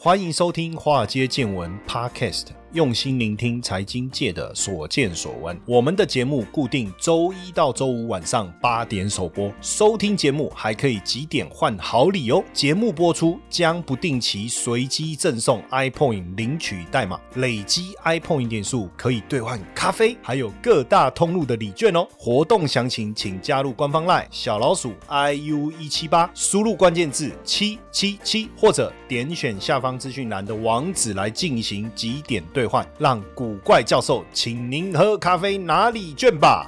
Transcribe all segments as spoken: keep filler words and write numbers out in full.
欢迎收听华尔街见闻 Podcast， 用心聆听财经界的所见所闻。我们的节目固定周一到周五晚上八点首播，收听节目还可以集点换好礼哦。节目播出将不定期随机赠送 iPoint 领取代码，累积 iPoint 点数可以兑换咖啡，还有各大通路的礼券哦。活动详情请加入官方 LINE 小老鼠 I U 一七八， 输入关键字七七七，或者点选下方资讯栏的网址来进行集点兑换，让古怪教授请您喝咖啡拿礼券吧。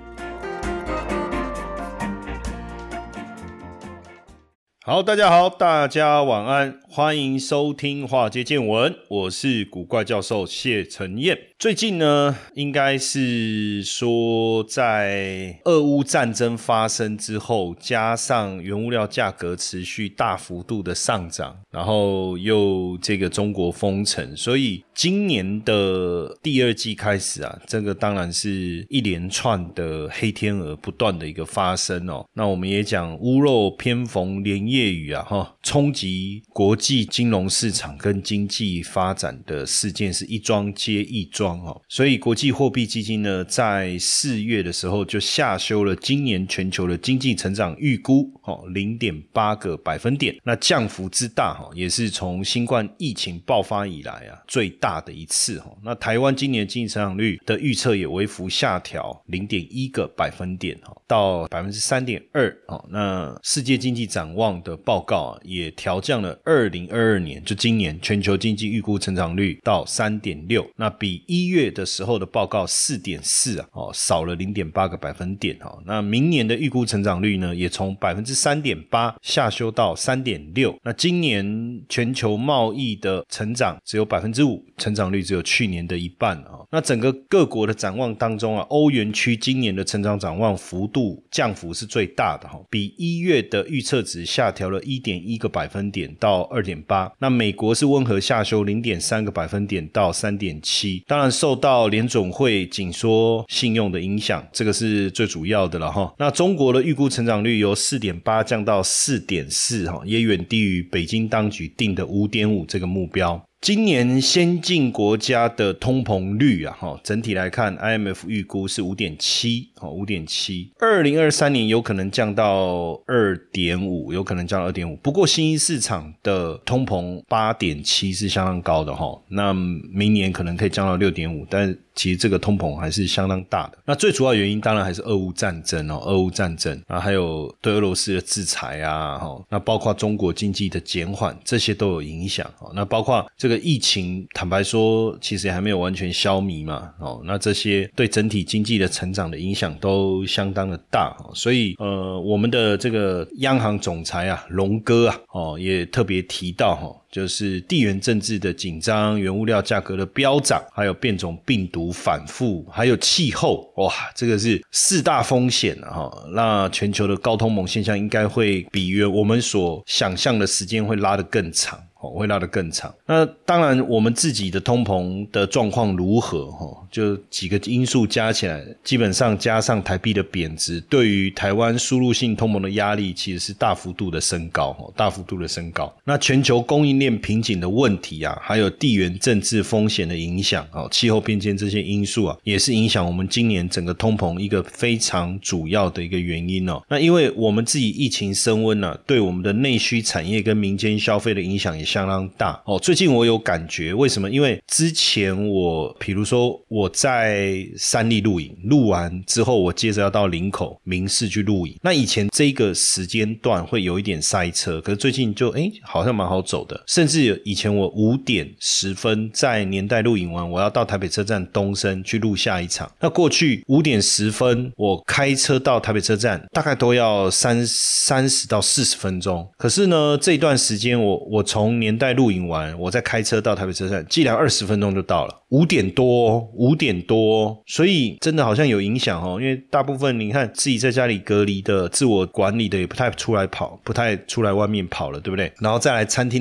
好，大家好，大家晚安，欢迎收听华尔街见闻，我是古怪教授谢承彦。最近呢，应该是说在俄乌战争发生之后，加上原物料价格持续大幅度的上涨，然后又这个中国封城，所以今年的第二季开始啊，这个当然是一连串的黑天鹅不断的一个发生哦。那我们也讲屋漏偏逢连夜雨啊，哈，冲击国际金融市场跟经济发展的事件是一桩接一桩哦。所以国际货币基金呢，在四月的时候就下修了今年全球的经济成长预估哦 零点八 个百分点。那降幅之大哦，也是从新冠疫情爆发以来啊最大的一次哦。那台湾今年经济成长率的预测也微幅下调 零点一 个百分点哦，到 百分之三点二 哦。那世界经济展望的报告啊，也调降了二零二二年就今年全球经济预估成长率到 三点六， 那比一月的时候的报告 四点四 啊、哦、少了 零点八 个百分点哦。那明年的预估成长率呢，也从 百分之三点八 下修到 三点六。 那今年全球贸易的成长只有 百分之五， 成长率只有去年的一半哦。那整个各国的展望当中啊，欧元区今年的成长展望幅度降幅是最大的哦，比一月的预测值下调了 一点一 个百分点到 二点八。 那美国是温和下修 零点三 个百分点到 三点七。 当然受到联准会紧缩信用的影响，这个是最主要的了齁。那中国的预估成长率由 四点八 降到 四点四， 也远低于北京当局定的 五点五 这个目标。今年先进国家的通膨率啊，整体来看 I M F 预估是 五点七， 五点七。 二零二三年有可能降到 二点五， 有可能降到 二点五。 不过新兴市场的通膨 八点七 是相当高的齁，那明年可能可以降到 六点五， 但是其实这个通膨还是相当大的。那最主要原因当然还是俄乌战争哦，俄乌战争啊，还有对俄罗斯的制裁啊，那包括中国经济的减缓，这些都有影响。那包括这个疫情，坦白说其实还没有完全消弭嘛，哦，那这些对整体经济的成长的影响都相当的大。所以呃，我们的这个央行总裁啊，龙哥啊，哦，也特别提到哦，就是地缘政治的紧张、原物料价格的飙涨，还有变种病毒反复，还有气候，哇，这个是四大风险啊！那全球的高通膨现象应该会比我们所想象的时间会拉得更长。会拉得更长。那当然我们自己的通膨的状况如何，就几个因素加起来，基本上加上台币的贬值，对于台湾输入性通膨的压力其实是大幅度的升高，大幅度的升高。那全球供应链瓶颈的问题啊，还有地缘政治风险的影响，气候变迁这些因素啊，也是影响我们今年整个通膨一个非常主要的一个原因哦。那因为我们自己疫情升温啊，对我们的内需产业跟民间消费的影响也相当大哦。最近我有感觉，为什么？因为之前我比如说我在三立露营，录完之后我接着要到林口民视去录影，那以前这个时间段会有一点塞车，可是最近就诶好像蛮好走的。甚至以前我五点十分在年代录影完，我要到台北车站东升去录下一场，那过去五点十分我开车到台北车站大概都要三三十到四十分钟，可是呢这段时间我我从年代录影完，我再开车到台北车站，计量二十分钟就到了，五点多五点多，所以真的好像有影响哦。因为大部分你看自己在家里隔离的、自我管理的也不太出来跑，不太出来外面跑了，对不对？然后再来餐厅的内用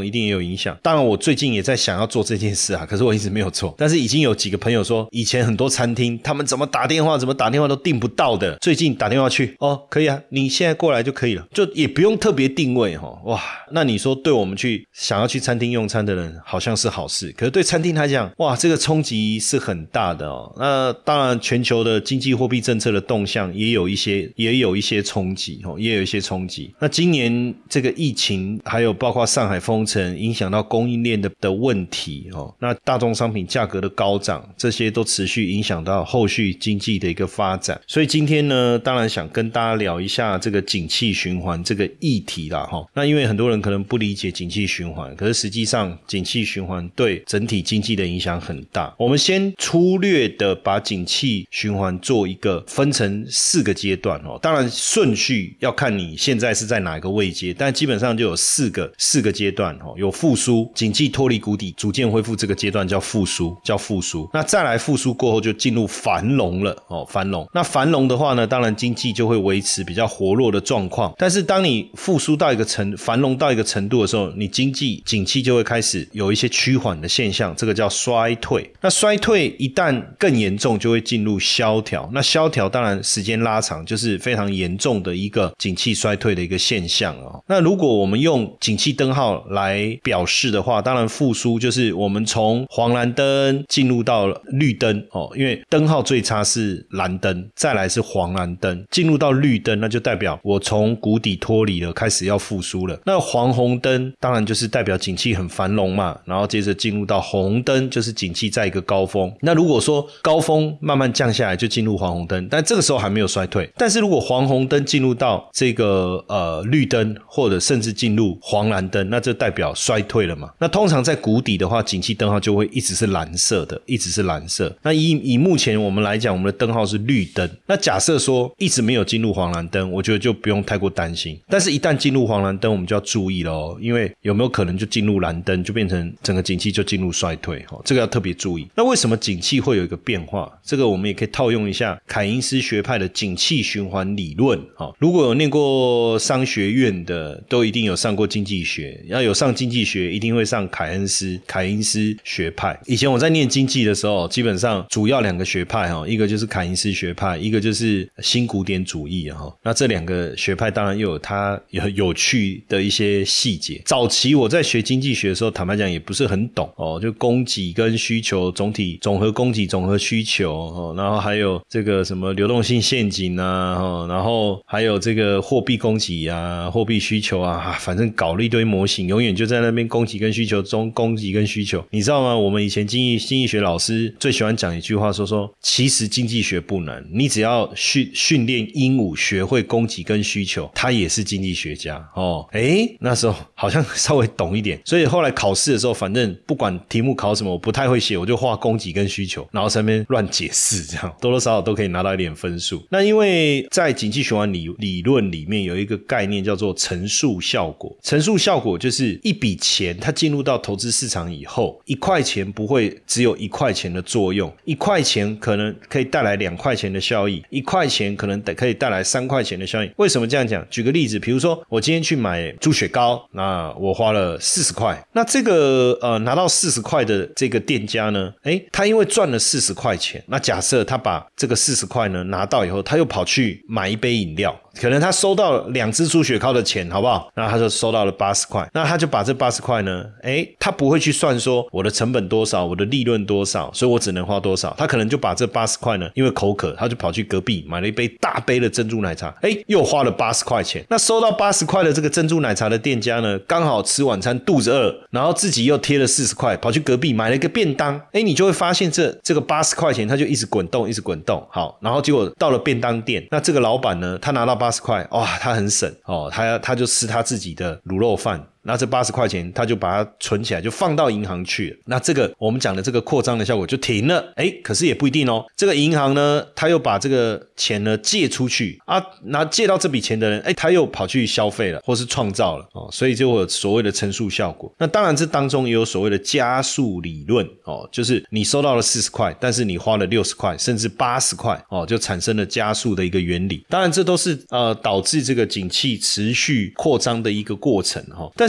友一定也有影响。当然我最近也在想要做这件事啊，可是我一直没有做。但是已经有几个朋友说，以前很多餐厅他们怎么打电话怎么打电话都订不到的，最近打电话去，哦可以啊，你现在过来就可以了，就也不用特别定位齁。哇，那你说对我们去想要去餐厅用餐的人好像是好事，可是对餐厅来讲，哇，这个冲击是很大的哦。那当然全球的经济货币政策的动向也有一些也有一些冲击齁，也有一些冲击。那今年这个疫情还有包括上海封城影响到供应链的的问题齁，那大宗商品价格的高涨，这些都持续影响到后续经济的一个发展。所以今天呢，当然想跟大家聊一下这个景气循环这个议题啦齁。那因为很多人可能不理解景气循环，可是实际上景气循环对整体经济的影响很大。我们先粗略的把景气循环做一个分成四个阶段哦，当然顺序要看你现在是在哪一个位阶，但基本上就有四个四个阶段哦，有复苏，景气脱离谷底逐渐恢复，这个阶段叫复苏，叫复苏。那再来复苏过后就进入繁荣了哦，繁荣。那繁荣的话呢，当然经济就会维持比较活络的状况，但是当你复苏到一个程繁荣到一个程度的时候，你经济景气就会开始有一些趋缓的现象，这个叫衰退。那衰退一旦更严重，就会进入萧条。那萧条当然时间拉长，就是非常严重的一个景气衰退的一个现象哦。那如果我们用景气灯号来表示的话，当然复苏就是我们从黄蓝灯进入到绿灯哦，因为灯号最差是蓝灯，再来是黄蓝灯，进入到绿灯，那就代表我从谷底脱离了，开始要复苏了。那黄红灯当然就是代表景气很繁荣嘛，然后接着进入到红灯，就是景气在一个高峰。那如果说高峰慢慢降下来，就进入黄红灯，但这个时候还没有衰退。但是如果黄红灯进入到这个呃绿灯，或者甚至进入黄蓝灯，那这代表衰退了嘛。那通常在谷底的话，景气灯号就会一直是蓝色的，一直是蓝色。那以以目前我们来讲，我们的灯号是绿灯。那假设说一直没有进入黄蓝灯，我觉得就不用太过担心。但是一旦进入黄蓝灯，我们就要注意咯，因为有没有可能就进入蓝灯，就变成整个景气就进入衰退，这个要特别注意。那为什么景气会有一个变化？这个我们也可以套用一下凯因斯学派的景气循环理论。如果有念过商学院的，都一定有上过经济学，要有上经济学一定会上凯恩斯凯因斯学派。以前我在念经济的时候，基本上主要两个学派，一个就是凯因斯学派，一个就是新古典主义。那这两个学派当然又有它有有趣的一些细节。早期我在学经济学的时候，坦白讲也不是很懂哦，就供给跟需求总体总和供给总和需求哦，然后还有这个什么流动性陷阱啊，哦，然后还有这个货币供给啊、货币需求啊，反正搞了一堆模型，永远就在那边供给跟需求中供给跟需求。你知道吗？我们以前经济经济学老师最喜欢讲一句话，说说其实经济学不难，你只要训训练鹦鹉学会供给跟需求，他也是经济学家哦。诶，那时候好像稍微懂一点，所以后来考试的时候，反正不管题目考什么，我不太会写，我就画供给跟需求，然后在那边乱解释，这样多多少少都可以拿到一点分数。那因为在经济循环理理论里面有一个概念叫做乘数效果，乘数效果就是一笔钱它进入到投资市场以后，一块钱不会只有一块钱的作用，一块钱可能可以带来两块钱的效益，一块钱可能可以带来三块钱的效益。为什么这样讲？举个例子，比如说我今天去买猪血糕，那我花了四十块，那这个呃拿到四十块的这个店家呢，诶，他因为赚了四十块钱，那假设他把这个四十块呢拿到以后，他又跑去买一杯饮料，可能他收到两只猪血糕的钱，好不好？那他就收到了八十块，那他就把这八十块呢，诶，他不会去算说我的成本多少，我的利润多少，所以我只能花多少，他可能就把这八十块呢，因为口渴，他就跑去隔壁买了一杯大杯的珍珠奶茶，诶，又花了八十块钱。那收到八十块的这个珍珠奶茶的店家呢，刚好吃晚餐肚子饿，然后自己又贴了四十块，跑去隔壁买了一个便当，诶，你就会发现这这个八十块钱他就一直滚动一直滚动，好，然后结果到了便当店，那这个老板呢，他拿到八十块，哇，他很省哦，他他就吃他自己的卤肉饭，那这八十块钱他就把它存起来，就放到银行去了。那这个我们讲的这个扩张的效果就停了。诶，可是也不一定哦，这个银行呢，他又把这个钱呢借出去啊，拿借到这笔钱的人，诶，他又跑去消费了，或是创造了哦，所以就会有所谓的乘数效果。那当然这当中也有所谓的加速理论哦，就是你收到了四十块，但是你花了六十块甚至八十块哦，就产生了加速的一个原理。当然这都是呃导致这个景气持续扩张的一个过程哈、哦。但是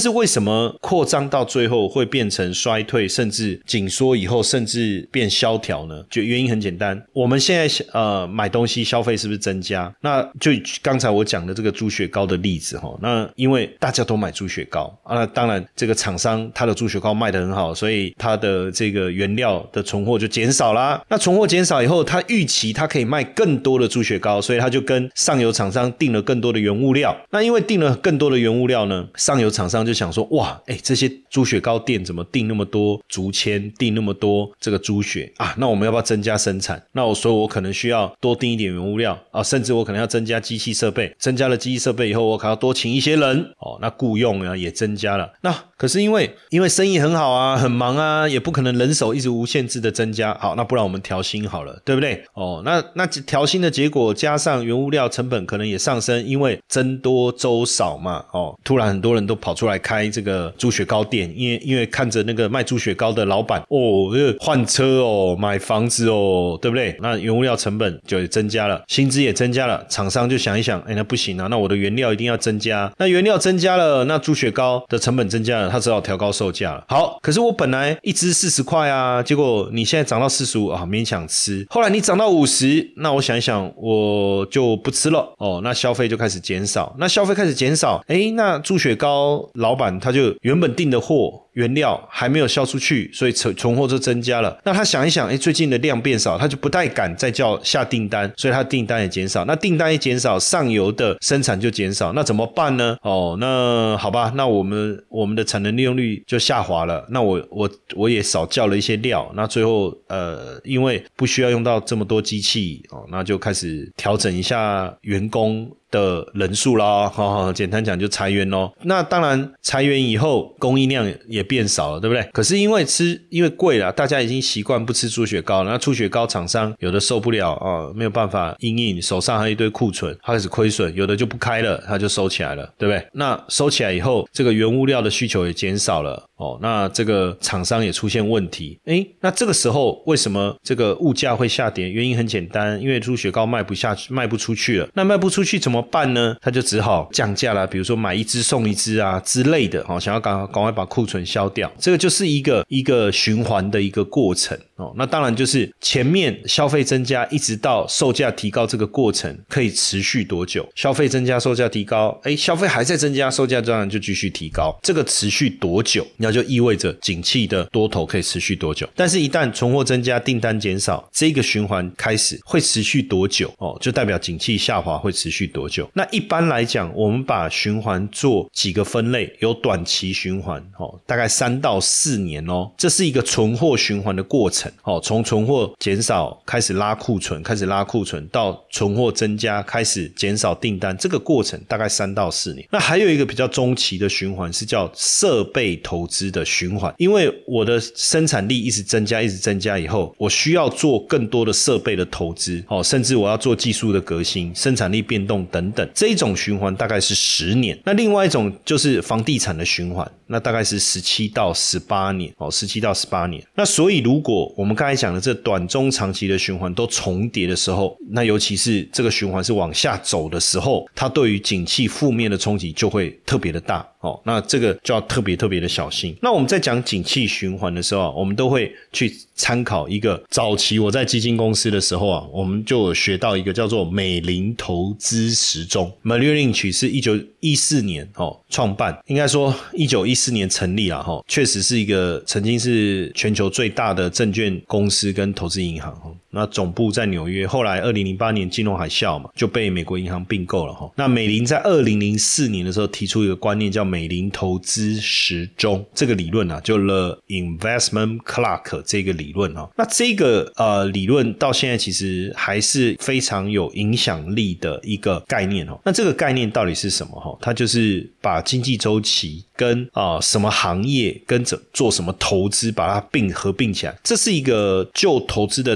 是为什么扩张到最后会变成衰退，甚至紧缩以后甚至变萧条呢？就原因很简单，我们现在呃买东西消费是不是增加？那就刚才我讲的这个猪血糕的例子齁，那因为大家都买猪血糕啊，那当然这个厂商他的猪血糕卖得很好，所以他的这个原料的存货就减少啦。那存货减少以后，他预期他可以卖更多的猪血糕，所以他就跟上游厂商订了更多的原物料。那因为订了更多的原物料呢，上游厂商就想说，哇，哎，这些猪血糕店怎么订那么多竹签，订那么多这个猪血啊？那我们要不要增加生产？那我所以我可能需要多订一点原物料啊，甚至我可能要增加机器设备。增加了机器设备以后，我可能要多请一些人哦，那雇用啊也增加了。那可是因为因为生意很好啊，很忙啊，也不可能人手一直无限制的增加。好，那不然我们调薪好了，对不对？哦，那那调薪的结果加上原物料成本可能也上升，因为增多粥少嘛。哦，突然很多人都跑出来开这个猪血糕店，因为因为看着那个卖猪血糕的老板哦，换车哦，买房子哦，对不对？那原物料成本就也增加了，薪资也增加了，厂商就想一想，哎，那不行啊，那我的原料一定要增加。那原料增加了，那猪血糕的成本增加了，他只好调高售价了。好，可是我本来一支四十块啊，结果你现在涨到四十五啊，勉强吃。后来你涨到五十，那我想一想，我就不吃了哦，那消费就开始减少。那消费开始减少，哎，那猪血糕老板他就原本订的货原料还没有销出去，所以存货就增加了。那他想一想，诶，最近的量变少，他就不太敢再叫下订单，所以他订单也减少。那订单一减少，上游的生产就减少，那怎么办呢？哦，那好吧，那我们我们的产能利用率就下滑了。那我我我也少叫了一些料，那最后呃，因为不需要用到这么多机器哦，那就开始调整一下员工的人数啦，哦，简单讲就裁员咯。那当然裁员以后供应量也变少了，对不对？可是因为吃因为贵了，大家已经习惯不吃猪血糕了，那猪血糕厂商有的受不了啊，没有办法因应，手上还有一堆库存，他开始亏损，有的就不开了，他就收起来了，对不对？那收起来以后，这个原物料的需求也减少了哦，那这个厂商也出现问题。诶，那这个时候为什么这个物价会下跌？原因很简单，因为猪血糕卖不下去，卖不出去了。那卖不出去怎么办呢？他就只好降价啦，比如说买一支送一支啊之类的，哦，想要赶赶快把库存消掉。这个就是一个一个循环的一个过程哦。那当然就是前面消费增加一直到售价提高这个过程可以持续多久？消费增加，售价提高，诶，消费还在增加，售价当然就继续提高。这个持续多久？那就意味着景气的多头可以持续多久。但是一旦存货增加，订单减少，这个循环开始会持续多久哦，就代表景气下滑会持续多久。那一般来讲，我们把循环做几个分类，有短期循环哦，大概三到四年哦，这是一个存货循环的过程哦，从存货减少开始拉库存，开始拉库存到存货增加开始减少订单，这个过程大概三到四年。那还有一个比较中期的循环是叫设备投资的循环，因为我的生产力一直增加一直增加以后，我需要做更多的设备的投资哦，甚至我要做技术的革新，生产力变动等等，这一种循环大概是十年。那另外一种就是房地产的循环，那大概是十七到十八年哦，十七到十八年。那所以如果我们刚才讲的这短中长期的循环都重叠的时候，那尤其是这个循环是往下走的时候，它对于景气负面的冲击就会特别的大哦，那这个就要特别特别的小心。那我们在讲景气循环的时候啊，我们都会去参考一个早期我在基金公司的时候啊，我们就有学到一个叫做美林投资时钟。 Merrill Lynch 是一九一四年哦创办，应该说一九一四年成立啦齁，确实是一个曾经是全球最大的证券公司跟投资银行齁。那总部在纽约，后来二零零八年金融海啸嘛，就被美国银行并购了齁。那美林在二零零四年的时候提出一个观念叫美林投资时钟，这个理论啊就 The Investment Clock 这个理论齁。那这个呃理论到现在其实还是非常有影响力的一个概念齁。那这个概念到底是什么齁？它就是把经济周期跟啊、呃、什么行业跟着做什么投资把它并合并起来，这是一个就投资的层面来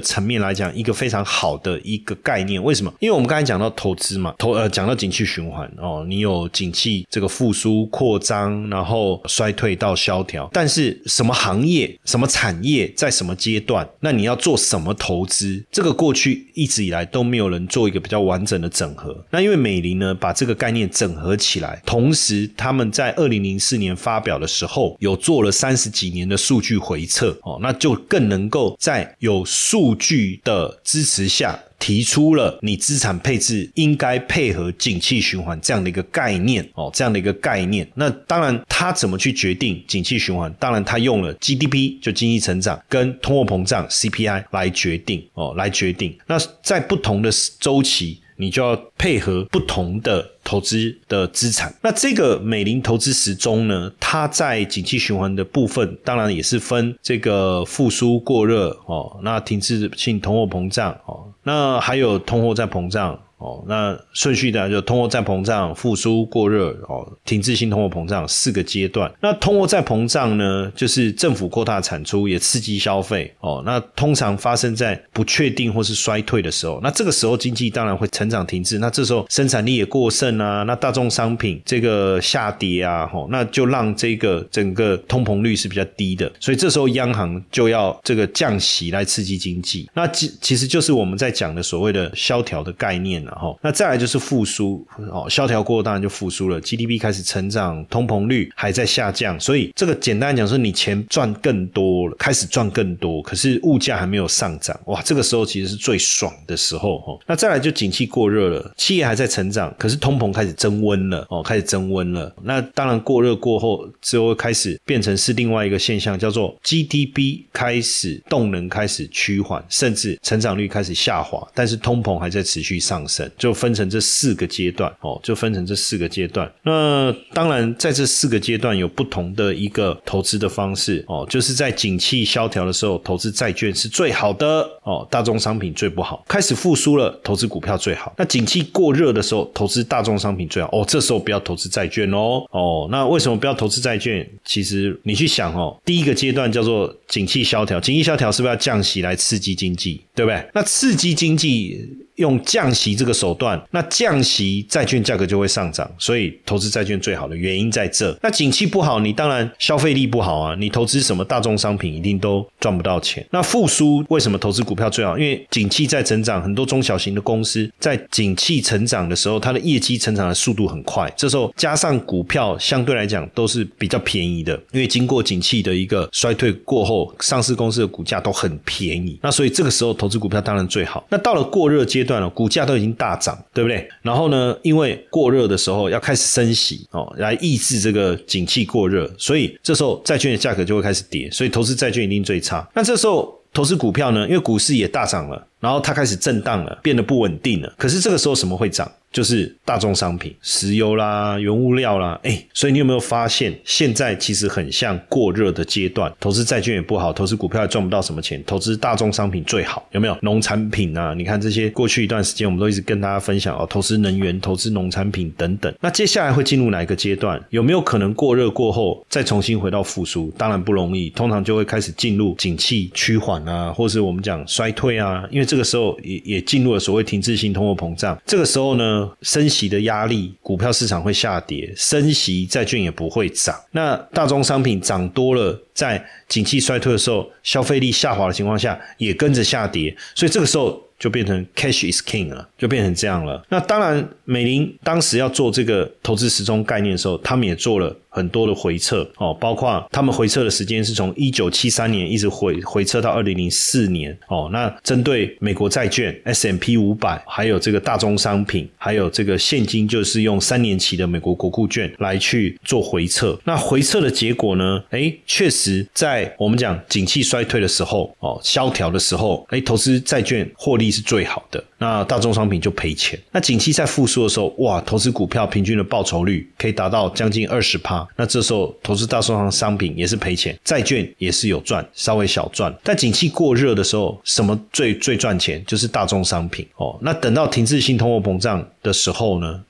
来讲一个非常好的一个概念。为什么？因为我们刚才讲到投资嘛，投呃讲到景气循环哦，你有景气这个复苏扩张，然后衰退到萧条，但是什么行业什么产业在什么阶段，那你要做什么投资，这个过去一直以来都没有人做一个比较完整的整合。那因为美林呢把这个概念整合起来，同时他们在二零零四年发表的时候有做了三十几年的数据回测哦，那就更能够在有数据的支持下提出了你资产配置应该配合景气循环这样的一个概念哦，这样的一个概念。那当然他怎么去决定景气循环？当然他用了 G D P 就经济成长跟通货膨胀 C P I 来决定哦，来决定。那在不同的周期你就要配合不同的投资的资产。那这个美林投资时钟呢，它在景气循环的部分当然也是分这个复苏过热哦，那停滞性通货膨胀哦，那还有通货再膨胀哦，那顺序的就通货再膨胀、复苏过热哦、停滞性通货膨胀四个阶段。那通货再膨胀呢，就是政府扩大产出也刺激消费哦。那通常发生在不确定或是衰退的时候，那这个时候经济当然会成长停滞，那这时候生产力也过剩啊，那大众商品这个下跌啊，哦、那就让这个整个通膨率是比较低的，所以这时候央行就要这个降息来刺激经济。那其实就是我们在讲的所谓的萧条的概念。那再来就是复苏哦，萧条过后当然就复苏了， G D P 开始成长，通膨率还在下降，所以这个简单讲说你钱赚更多了，开始赚更多，可是物价还没有上涨，哇，这个时候其实是最爽的时候哦。那再来就景气过热了，企业还在成长，可是通膨开始增温了哦，开始增温了。那当然过热过后之后开始变成是另外一个现象，叫做 G D P 开始动能开始趋缓，甚至成长率开始下滑，但是通膨还在持续上升。就分成这四个阶段哦，就分成这四个阶段。那当然在这四个阶段有不同的一个投资的方式哦，就是在景气萧条的时候投资债券是最好的哦，大宗商品最不好。开始复苏了，投资股票最好。那景气过热的时候投资大宗商品最好哦，这时候不要投资债券哦。哦，那为什么不要投资债券？其实你去想哦，第一个阶段叫做景气萧条，景气萧条是不是要降息来刺激经济，对不对？那刺激经济用降息这个手段，那降息债券价格就会上涨，所以投资债券最好的原因在这。那景气不好，你当然消费力不好啊，你投资什么大宗商品一定都赚不到钱。那复苏为什么投资股票最好？因为景气在成长，很多中小型的公司在景气成长的时候，它的业绩成长的速度很快，这时候加上股票相对来讲都是比较便宜的，因为经过景气的一个衰退过后，上市公司的股价都很便宜，那所以这个时候投资股票当然最好。那到了过热阶段了，股价都已经大涨，对不对？然后呢，因为过热的时候要开始升息哦，来抑制这个景气过热，所以这时候债券的价格就会开始跌，所以投资债券一定最差。那这时候投资股票呢，因为股市也大涨了，然后它开始震荡了，变得不稳定了，可是这个时候什么会涨？就是大宗商品，石油啦、原物料啦，诶，所以你有没有发现现在其实很像过热的阶段，投资债券也不好，投资股票也赚不到什么钱，投资大宗商品最好，有没有？农产品啊，你看这些过去一段时间我们都一直跟大家分享哦，投资能源、投资农产品等等。那接下来会进入哪一个阶段？有没有可能过热过后再重新回到复苏？当然不容易，通常就会开始进入景气趋缓啊，或是我们讲衰退啊，因为这个时候也也进入了所谓停滞性通货膨胀。这个时候呢，升息的压力，股票市场会下跌，升息债券也不会涨。那大宗商品涨多了，在景气衰退的时候，消费力下滑的情况下也跟着下跌，所以这个时候就变成 cash is king 了，就变成这样了。那当然美林当时要做这个投资时钟概念的时候，他们也做了很多的回测哦，包括他们回测的时间是从一九七三年一直回回测到二零零四年哦。那针对美国债券 S and P 五百， 还有这个大宗商品，还有这个现金，就是用三年期的美国国库券来去做回测。那回测的结果呢，诶，确实在我们讲景气衰退的时候哦，萧条的时候，诶，投资债券获利是最好的，那大宗商品就赔钱。那景气在复苏的时候，哇，投资股票平均的报酬率可以达到将近 百分之二十，那这时候投资大宗商品也是赔钱，债券也是有赚，稍微小赚。但景气过热的时候，什么最最赚钱？就是大宗商品哦。那等到停滞性通货膨胀的时候呢，诶，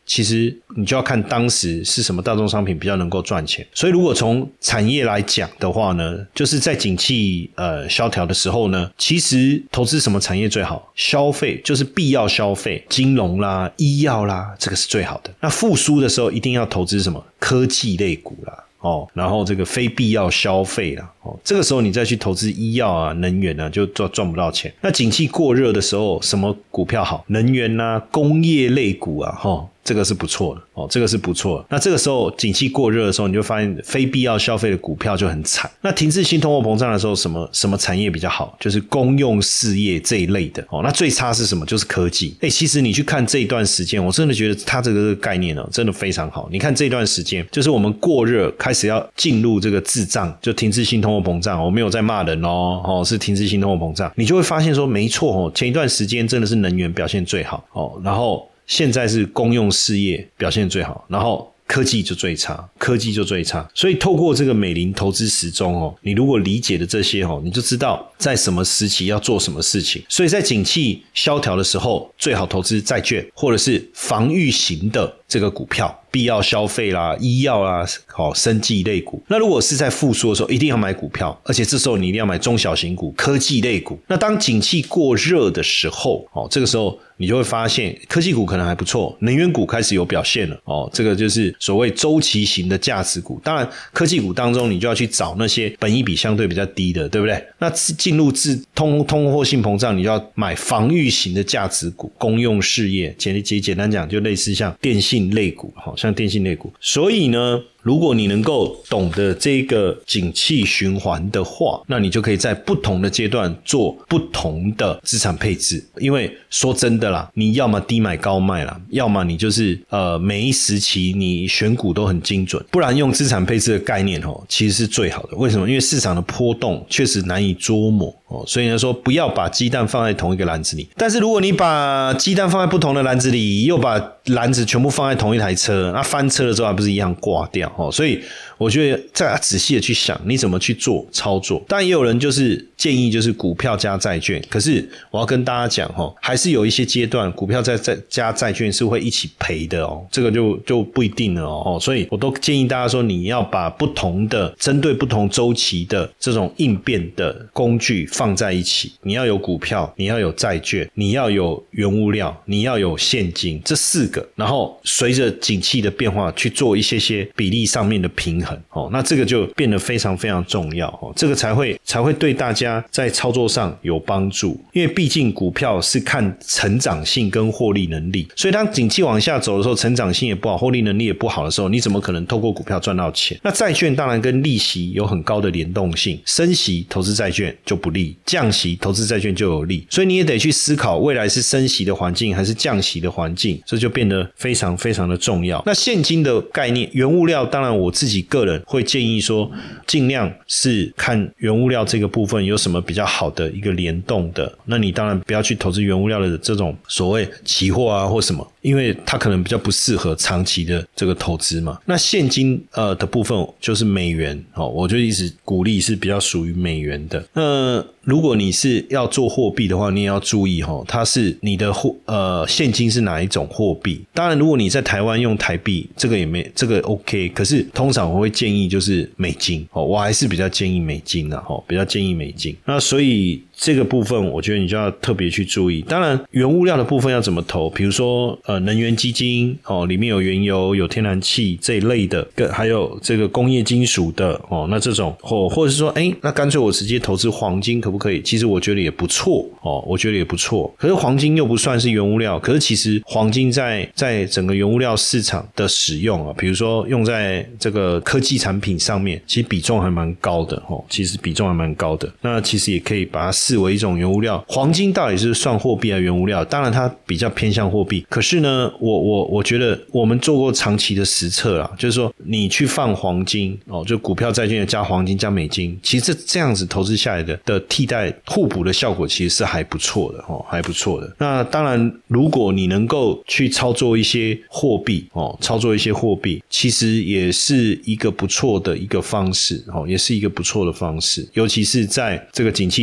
其实你就要看当时是什么大宗商品比较能够赚钱。所以如果从产业来讲的话呢，就是在景气呃萧条的时候呢，其实投资什么产业最好？消费，就是必要消费，金融啦、医药啦，这个是最好的。那复苏的时候一定要投资什么？科技类股啦。哦，然后这个非必要消费啦，哦，这个时候你再去投资医药啊、能源啊，就赚赚不到钱。那景气过热的时候，什么股票好？能源啊、工业类股啊，齁，这个是不错的哦，这个是不错的。那这个时候景气过热的时候，你就发现非必要消费的股票就很惨。那停滞性通货膨胀的时候，什么什么产业比较好？就是公用事业这一类的哦。那最差是什么？就是科技。诶，其实你去看这一段时间，我真的觉得它这个概念哦，真的非常好。你看这段时间，就是我们过热开始要进入这个滞胀，就停滞性通货膨胀。我没有在骂人哦，哦，是停滞性通货膨胀。你就会发现说，没错哦，前一段时间真的是能源表现最好哦，然后现在是公用事业表现最好，然后科技就最差，科技就最差。所以透过这个美林投资时钟哦，你如果理解的这些哦，你就知道在什么时期要做什么事情。所以在景气萧条的时候，最好投资债券或者是防御型的这个股票。必要消费啦、医药啦、好生技类股。那如果是在复苏的时候，一定要买股票，而且这时候你一定要买中小型股、科技类股。那当景气过热的时候，哦，这个时候你就会发现科技股可能还不错，能源股开始有表现了哦。这个就是所谓周期型的价值股。当然，科技股当中你就要去找那些本益比相对比较低的，对不对？那进入至通通货性膨胀，你就要买防御型的价值股、公用事业。简简单讲，就类似像电信类股，好。像电信类股。所以呢，如果你能够懂得这个景气循环的话，那你就可以在不同的阶段做不同的资产配置。因为说真的啦，你要么低买高卖啦，要么你就是呃每一时期你选股都很精准，不然用资产配置的概念哦，其实是最好的。为什么？因为市场的波动确实难以捉摸哦，所以呢说不要把鸡蛋放在同一个篮子里。但是如果你把鸡蛋放在不同的篮子里，又把篮子全部放在同一台车，那翻车的时候还不是一样挂掉哦？所以我觉得再仔细的去想你怎么去做操作。当然也有人就是建议就是股票加债券，可是我要跟大家讲哦，还是有一些阶段股票再再加债券是会一起赔的哦，这个就就不一定了哦。所以我都建议大家说，你要把不同的针对不同周期的这种应变的工具放在一起。你要有股票，你要有债券，你要有原物料，你要有现金，这四个，然后随着景气的变化去做一些些比例上面的平衡哦，那这个就变得非常非常重要哦，这个才会才会对大家在操作上有帮助。因为毕竟股票是看成长性跟获利能力，所以当景气往下走的时候，成长性也不好，获利能力也不好的时候，你怎么可能透过股票赚到钱？那债券当然跟利息有很高的联动性，升息投资债券就不利，降息投资债券就有利，所以你也得去思考未来是升息的环境还是降息的环境，这就变得非常非常的重要。那现金的概念，原物料当然我自己个人会建议说，尽量是看原物料这个部分有什么比较好的一个联动的，那你当然不要去投资原物料的这种所谓期货啊或什么，因为它可能比较不适合长期的这个投资嘛。那现金呃的部分就是美元哦，我就一直鼓励是比较属于美元的。那如果你是要做货币的话，你也要注意齁，它是你的货呃现金是哪一种货币。当然如果你在台湾用台币，这个也没这个 OK， 可是通常我会建议就是美金齁，我还是比较建议美金啦齁，比较建议美金。那所以这个部分我觉得你就要特别去注意。当然原物料的部分要怎么投，比如说呃能源基金哦，里面有原油有天然气这一类的，跟还有这个工业金属的哦，那这种或、哦、或者是说诶那干脆我直接投资黄金可不可以？其实我觉得也不错哦，我觉得也不错。可是黄金又不算是原物料，可是其实黄金在在整个原物料市场的使用啊，比如说用在这个科技产品上面，其实比重还蛮高的哦，其实比重还蛮高的。那其实也可以把它视为一种原物料。黄金到底是算货币还是原物料？当然它比较偏向货币，可是呢我我我觉得我们做过长期的实测啦，就是说你去放黄金哦，就股票债券加黄金加美金，其实这这样子投资下来的的替代互补的效果其实是还不错的哦，还不错的。那当然如果你能够去操作一些货币哦，操作一些货币其实也是一个不错的一个方式哦，也是一个不错的方式，尤其是在这个景气衰退的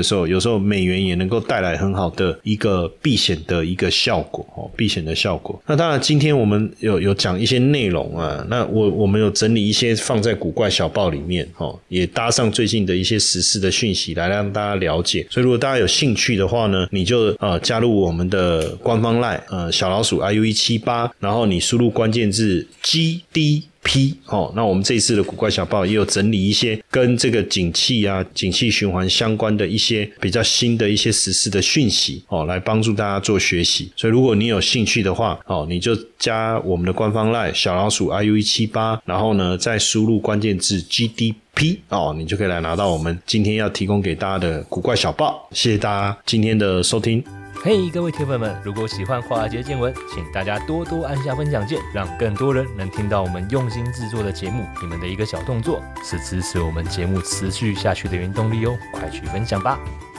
的时候，有时候美元也能够带来很好的一个避险的一个效果哦，避险的效果。那当然，今天我们有有讲一些内容啊，那我我们有整理一些放在古怪小报里面哦，也搭上最近的一些时事的讯息来让大家了解。所以如果大家有兴趣的话呢，你就呃加入我们的官方 LINE 呃小老鼠 I U 一七八，然后你输入关键字 G D P 哦，那我们这一次的古怪小报也有整理一些跟这个景气啊、景气循环相关的一些比较新的一些时事的讯息哦，来帮助大家做学习。所以如果你有兴趣的话哦，你就加我们的官方 LINE 小老鼠 I U 一七八，然后呢再输入关键字 G D P 哦，你就可以来拿到我们今天要提供给大家的古怪小报。谢谢大家今天的收听。 嘿、hey, 各位铁粉们，如果喜欢华尔街见闻，请大家多多按下分享键，让更多人能听到我们用心制作的节目。你们的一个小动作是支持我们节目持续下去的原动力哦，快去分享吧。